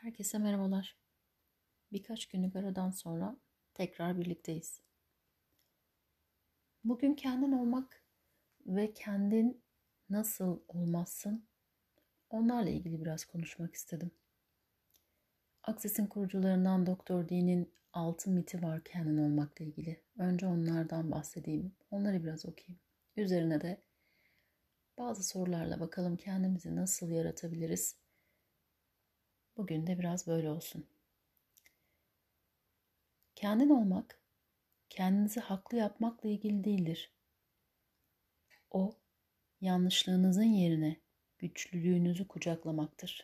Herkese merhabalar. Birkaç günlük aradan sonra tekrar birlikteyiz. Bugün kendin olmak ve kendin nasıl olmazsın onlarla ilgili biraz konuşmak istedim. Access'in kurucularından Doktor Dee'nin 6 miti var kendin olmakla ilgili. Önce onlardan bahsedeyim. Onları biraz okuyayım. Üzerine de bazı sorularla bakalım kendimizi nasıl yaratabiliriz. Bugün de biraz böyle olsun. Kendin olmak, kendinizi haklı yapmakla ilgili değildir. O, yanlışlığınızın yerine güçlülüğünüzü kucaklamaktır.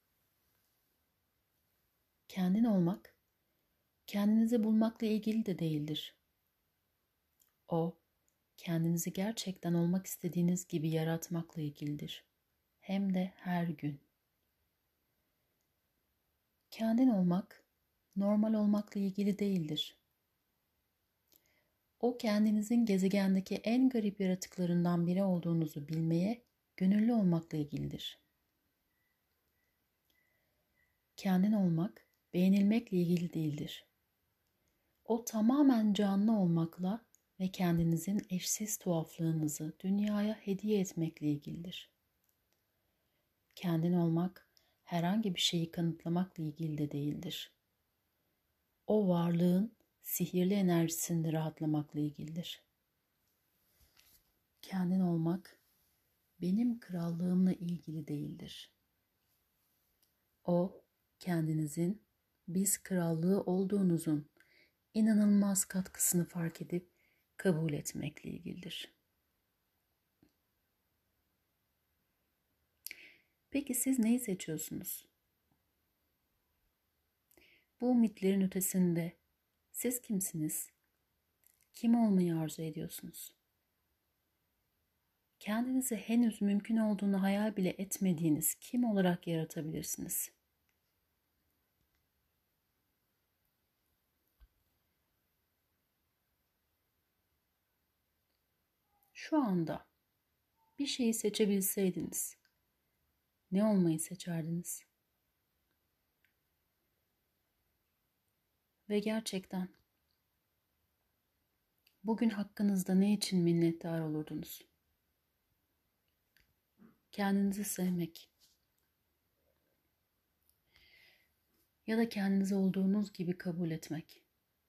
Kendin olmak, kendinizi bulmakla ilgili de değildir. O, kendinizi gerçekten olmak istediğiniz gibi yaratmakla ilgilidir. Hem de her gün. Kendin olmak, normal olmakla ilgili değildir. O, kendinizin gezegendeki en garip yaratıklarından biri olduğunuzu bilmeye gönüllü olmakla ilgilidir. Kendin olmak, beğenilmekle ilgili değildir. O tamamen canlı olmakla ve kendinizin eşsiz tuhaflığınızı dünyaya hediye etmekle ilgilidir. Kendin olmak, herhangi bir şeyi kanıtlamakla ilgili de değildir. O varlığın sihirli enerjisinde rahatlamakla ilgilidir. Kendin olmak, benim krallığımla ilgili değildir. O, kendinizin biz krallığı olduğunuzun inanılmaz katkısını fark edip kabul etmekle ilgilidir. Peki siz neyi seçiyorsunuz? Bu mitlerin ötesinde siz kimsiniz? Kim olmayı arzu ediyorsunuz? Kendinizi henüz mümkün olduğunu hayal bile etmediğiniz kim olarak yaratabilirsiniz? Şu anda bir şeyi seçebilseydiniz ne olmayı seçerdiniz? Ve gerçekten bugün hakkınızda ne için minnettar olurdunuz? Kendinizi sevmek ya da kendinizi olduğunuz gibi kabul etmek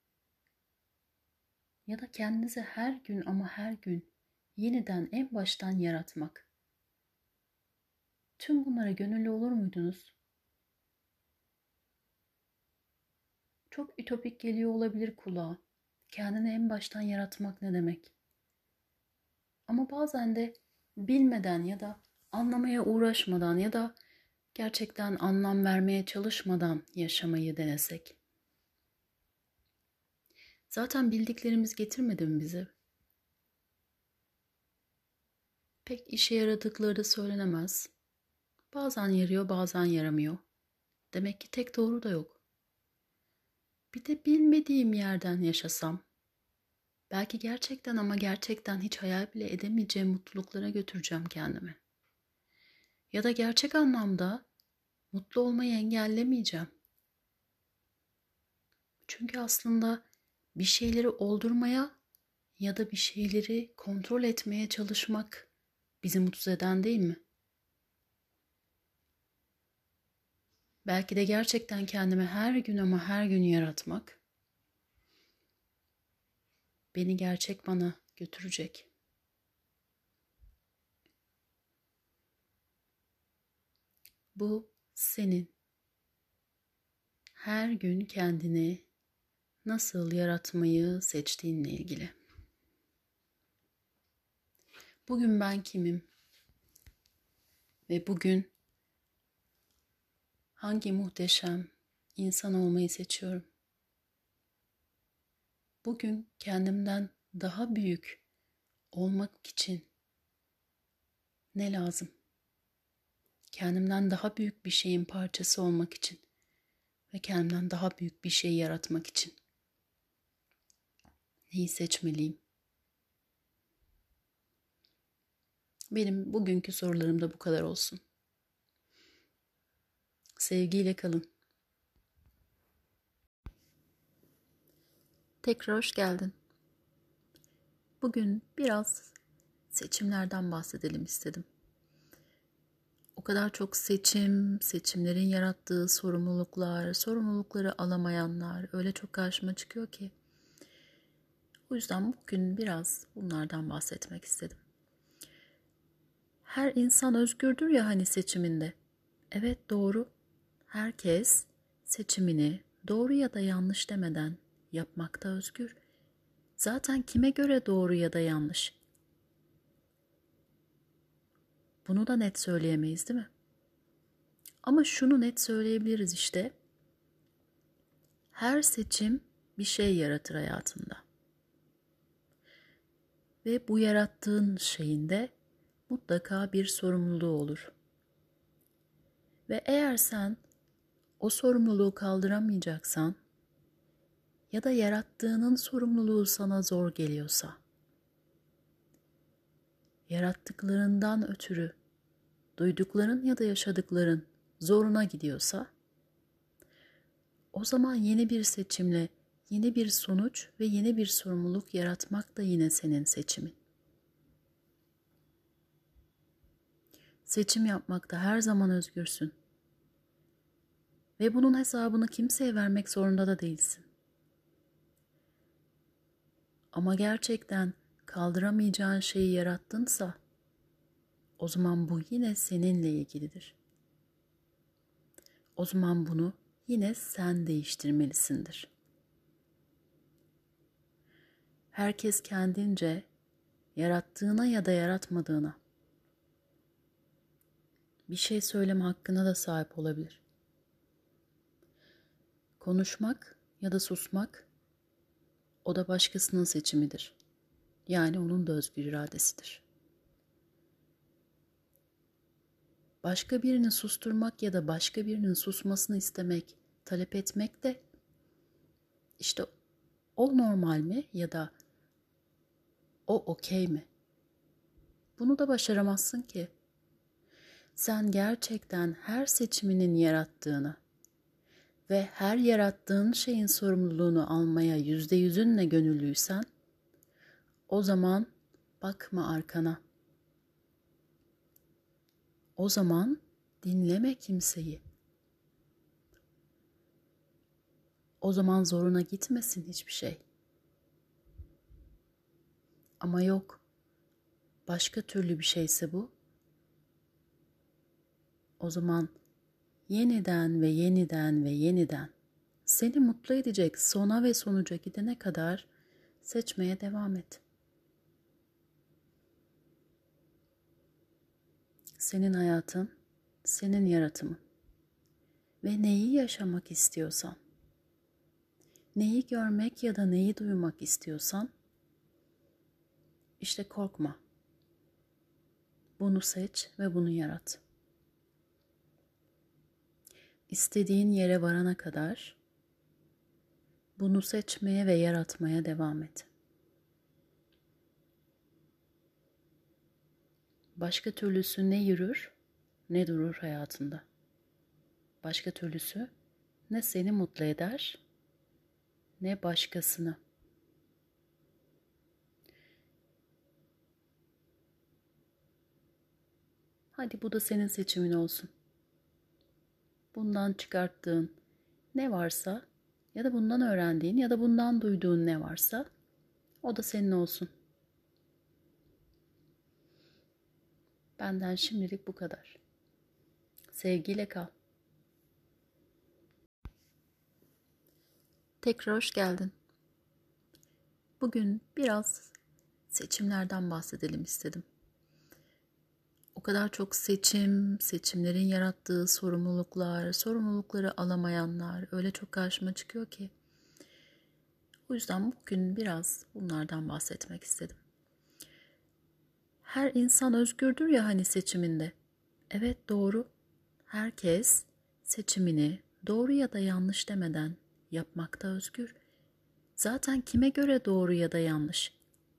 ya da kendinizi her gün ama her gün yeniden en baştan yaratmak. Tüm bunlara gönüllü olur muydunuz? Çok ütopik geliyor olabilir kulağa. Kendini en baştan yaratmak ne demek? Ama bazen de bilmeden ya da anlamaya uğraşmadan ya da gerçekten anlam vermeye çalışmadan yaşamayı denesek. Zaten bildiklerimiz getirmedi mi bizi? Pek işe yaradıkları da söylenemez. Bazen yarıyor, bazen yaramıyor. Demek ki tek doğru da yok. Bir de bilmediğim yerden yaşasam, belki gerçekten ama gerçekten hiç hayal bile edemeyeceğim mutluluklara götüreceğim kendimi. Ya da gerçek anlamda mutlu olmayı engellemeyeceğim. Çünkü aslında bir şeyleri oldurmaya ya da bir şeyleri kontrol etmeye çalışmak bizi mutsuz eden değil mi? Belki de gerçekten kendimi her gün ama her gün yaratmak beni gerçek bana götürecek. Bu senin her gün kendini nasıl yaratmayı seçtiğinle ilgili. Bugün ben kimim? Ve bugün hangi muhteşem insan olmayı seçiyorum? Bugün kendimden daha büyük olmak için ne lazım? Kendimden daha büyük bir şeyin parçası olmak için ve kendimden daha büyük bir şey yaratmak için neyi seçmeliyim? Benim bugünkü sorularım da bu kadar olsun. Sevgiyle kalın. Tekrar hoş geldin. Bugün biraz seçimlerden bahsedelim istedim. O kadar çok seçimlerin yarattığı sorumluluklar, sorumlulukları alamayanlar öyle çok karşıma çıkıyor ki. O yüzden bugün biraz bunlardan bahsetmek istedim. Her insan özgürdür ya hani seçiminde. Evet, doğru. Herkes seçimini doğru ya da yanlış demeden yapmakta özgür. Zaten kime göre doğru ya da yanlış? Bunu da net söyleyemeyiz, değil mi? Ama şunu net söyleyebiliriz işte. Her seçim bir şey yaratır hayatında. Ve bu yarattığın şeyin de mutlaka bir sorumluluğu olur. Ve eğer sen o sorumluluğu kaldıramayacaksan ya da yarattığının sorumluluğu sana zor geliyorsa, yarattıklarından ötürü duydukların ya da yaşadıkların zoruna gidiyorsa, o zaman yeni bir seçimle yeni bir sonuç ve yeni bir sorumluluk yaratmak da yine senin seçimin. Seçim yapmakta her zaman özgürsün. Ve bunun hesabını kimseye vermek zorunda da değilsin. Ama gerçekten kaldıramayacağın şeyi yarattınsa, o zaman bu yine seninle ilgilidir. O zaman bunu yine sen değiştirmelisindir. Herkes kendince yarattığına ya da yaratmadığına bir şey söyleme hakkına da sahip olabilir. Konuşmak ya da susmak, o da başkasının seçimidir. Yani onun da özgür iradesidir. Başka birini susturmak ya da başka birinin susmasını istemek, talep etmek de işte o normal mi ya da o okey mi? Bunu da başaramazsın ki. Sen gerçekten her seçiminin yarattığını ve her yarattığın şeyin sorumluluğunu almaya %100'ünle gönüllüysen, o zaman bakma arkana. O zaman dinleme kimseyi. O zaman zoruna gitmesin hiçbir şey. Ama yok, başka türlü bir şeyse bu, o zaman yeniden ve yeniden ve yeniden seni mutlu edecek sona ve sonuca gidene kadar seçmeye devam et. Senin hayatın, senin yaratımın. Ve neyi yaşamak istiyorsan, neyi görmek ya da neyi duymak istiyorsan, işte korkma. Bunu seç ve bunu yarat. İstediğin yere varana kadar bunu seçmeye ve yaratmaya devam et. Başka türlüsü ne yürür ne durur hayatında. Başka türlüsü ne seni mutlu eder ne başkasını. Hadi bu da senin seçimin olsun. Bundan çıkarttığın ne varsa ya da bundan öğrendiğin ya da bundan duyduğun ne varsa o da senin olsun. Benden şimdilik bu kadar. Sevgiyle kal. Tekrar hoş geldin. Bugün biraz seçimlerden bahsedelim istedim. O kadar çok seçimlerin yarattığı sorumluluklar, sorumlulukları alamayanlar öyle çok karşıma çıkıyor ki. O yüzden bugün biraz bunlardan bahsetmek istedim. Her insan özgürdür ya hani seçiminde. Evet, doğru. Herkes seçimini doğru ya da yanlış demeden yapmakta özgür. Zaten kime göre doğru ya da yanlış?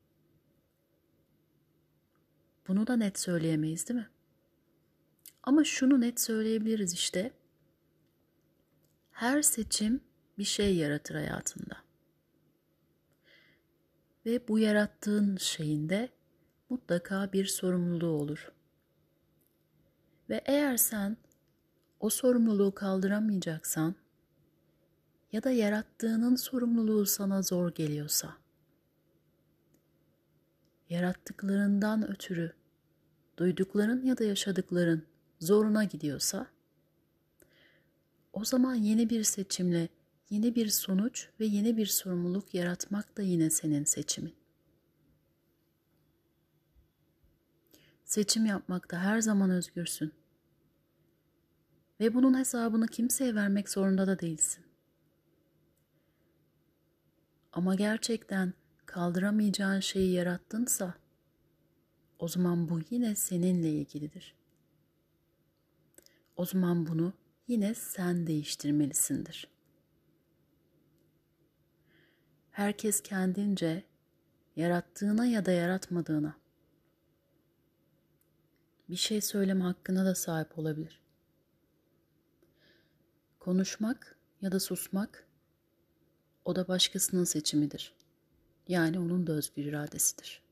Bunu da net söyleyemeyiz, değil mi? Ama şunu net söyleyebiliriz işte. Her seçim bir şey yaratır hayatında. Ve bu yarattığın şeyinde mutlaka bir sorumluluğu olur. Ve eğer sen o sorumluluğu kaldıramayacaksan ya da yarattığının sorumluluğu sana zor geliyorsa, yarattıklarından ötürü duydukların ya da yaşadıkların zoruna gidiyorsa, o zaman yeni bir seçimle yeni bir sonuç ve yeni bir sorumluluk yaratmak da yine senin seçimin. Seçim yapmakta her zaman özgürsün. Ve bunun hesabını kimseye vermek zorunda da değilsin. Ama gerçekten kaldıramayacağın şeyi yarattınsa, o zaman bu yine seninle ilgilidir. O zaman bunu yine sen değiştirmelisindir. Herkes kendince yarattığına ya da yaratmadığına bir şey söyleme hakkına da sahip olabilir. Konuşmak ya da susmak, o da başkasının seçimidir. Yani onun da özgür iradesidir.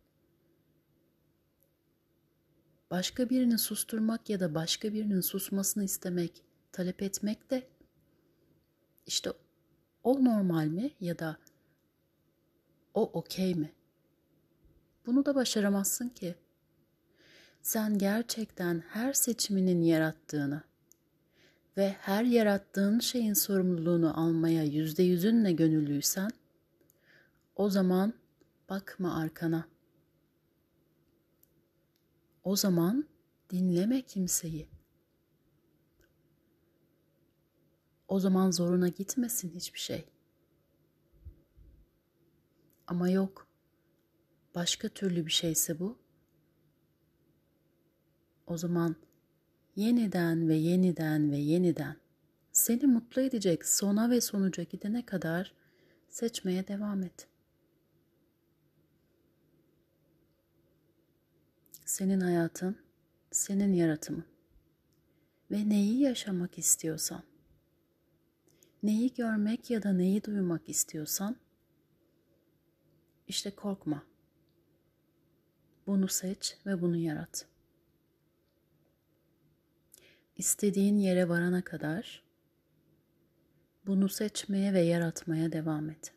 Başka birini susturmak ya da başka birinin susmasını istemek, talep etmek de işte o normal mi ya da o okey mi? Bunu da başaramazsın ki. Sen gerçekten her seçiminin yarattığını ve her yarattığın şeyin sorumluluğunu almaya %100'ünle gönüllüysen, o zaman bakma arkana. O zaman dinleme kimseyi. O zaman zoruna gitmesin hiçbir şey. Ama yok, başka türlü bir şeyse bu, o zaman yeniden ve yeniden ve yeniden seni mutlu edecek sona ve sonuca gidene kadar seçmeye devam et. Senin hayatın, senin yaratımın ve neyi yaşamak istiyorsan, neyi görmek ya da neyi duymak istiyorsan, işte korkma. Bunu seç ve bunu yarat. İstediğin yere varana kadar bunu seçmeye ve yaratmaya devam et.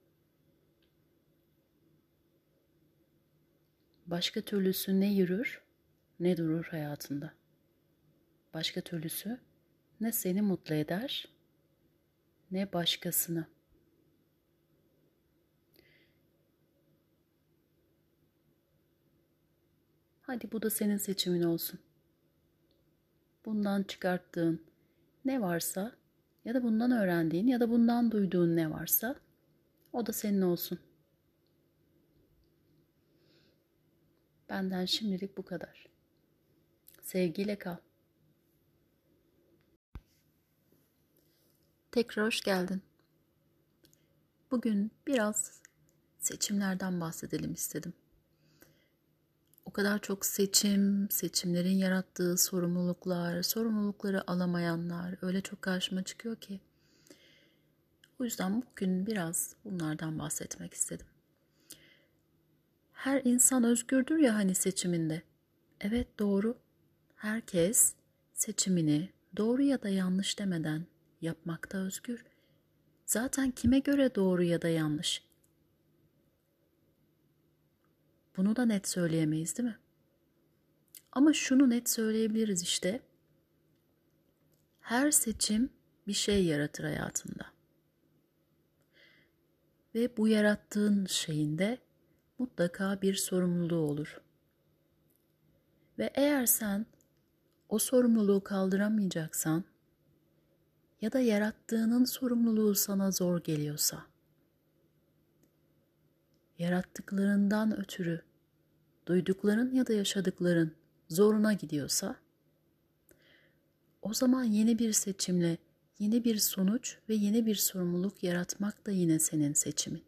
Başka türlüsü ne yürür ne durur hayatında. Başka türlüsü ne seni mutlu eder ne başkasını. Hadi bu da senin seçimin olsun. Bundan çıkarttığın ne varsa ya da bundan öğrendiğin ya da bundan duyduğun ne varsa o da senin olsun. Benden şimdilik bu kadar. Sevgiyle kal. Tekrar hoş geldin. Bugün biraz seçimlerden bahsedelim istedim. O kadar çok seçimlerin yarattığı sorumluluklar, sorumlulukları alamayanlar öyle çok karşıma çıkıyor ki. O yüzden bugün biraz bunlardan bahsetmek istedim. Her insan özgürdür ya hani seçiminde. Evet, doğru. Herkes seçimini doğru ya da yanlış demeden yapmakta özgür. Zaten kime göre doğru ya da yanlış? Bunu da net söyleyemeyiz, değil mi? Ama şunu net söyleyebiliriz işte. Her seçim bir şey yaratır hayatında. Ve bu yarattığın şeyinde mutlaka bir sorumluluğu olur. Ve eğer sen o sorumluluğu kaldıramayacaksan ya da yarattığının sorumluluğu sana zor geliyorsa, yarattıklarından ötürü duydukların ya da yaşadıkların zoruna gidiyorsa, o zaman yeni bir seçimle yeni bir sonuç ve yeni bir sorumluluk yaratmak da yine senin seçimin.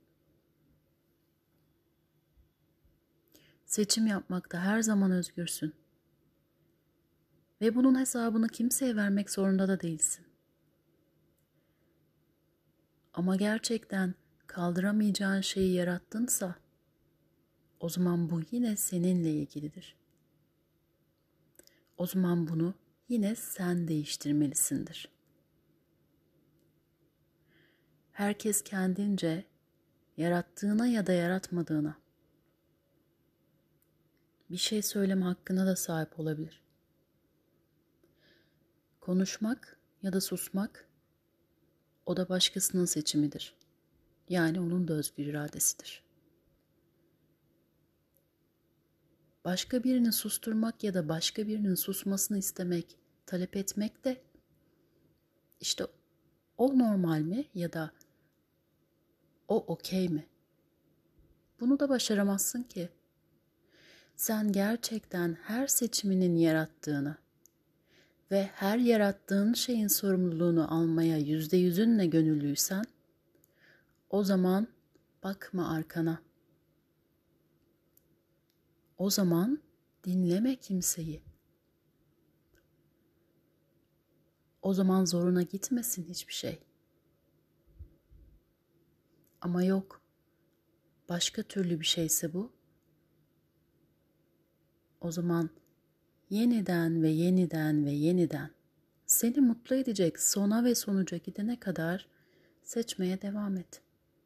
Seçim yapmakta her zaman özgürsün. Ve bunun hesabını kimseye vermek zorunda da değilsin. Ama gerçekten kaldıramayacağın şeyi yarattınsa o zaman bu yine seninle ilgilidir. O zaman bunu yine sen değiştirmelisindir. Herkes kendince yarattığına ya da yaratmadığına bir şey söyleme hakkına da sahip olabilir. Konuşmak ya da susmak, o da başkasının seçimidir. Yani onun da özgür iradesidir. Başka birini susturmak ya da başka birinin susmasını istemek, talep etmek de işte o normal mi ya da o okey mi? Bunu da başaramazsın ki. Sen gerçekten her seçiminin yarattığını ve her yarattığın şeyin sorumluluğunu almaya %100'ünle gönüllüysen, o zaman bakma arkana. O zaman dinleme kimseyi. O zaman zoruna gitmesin hiçbir şey. Ama yok, başka türlü bir şeyse bu, o zaman yeniden ve yeniden ve yeniden seni mutlu edecek sona ve sonuca gidene kadar seçmeye devam et.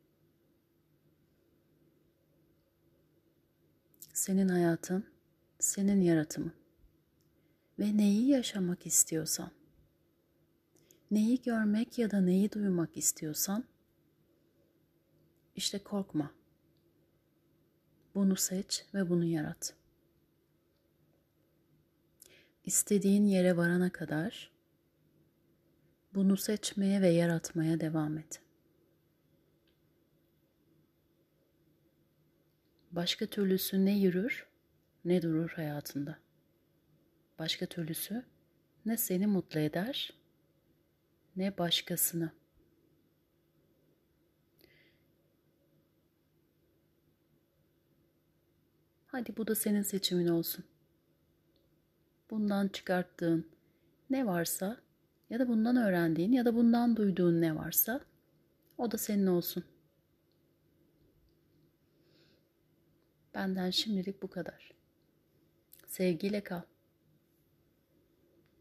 Senin hayatın, senin yaratımın ve neyi yaşamak istiyorsan, neyi görmek ya da neyi duymak istiyorsan, işte korkma. Bunu seç ve bunu yarat. İstediğin yere varana kadar bunu seçmeye ve yaratmaya devam et. Başka türlüsü ne yürür ne durur hayatında. Başka türlüsü ne seni mutlu eder ne başkasını. Hadi bu da senin seçimin olsun. Bundan çıkarttığın ne varsa ya da bundan öğrendiğin ya da bundan duyduğun ne varsa o da senin olsun. Benden şimdilik bu kadar. Sevgiyle kal.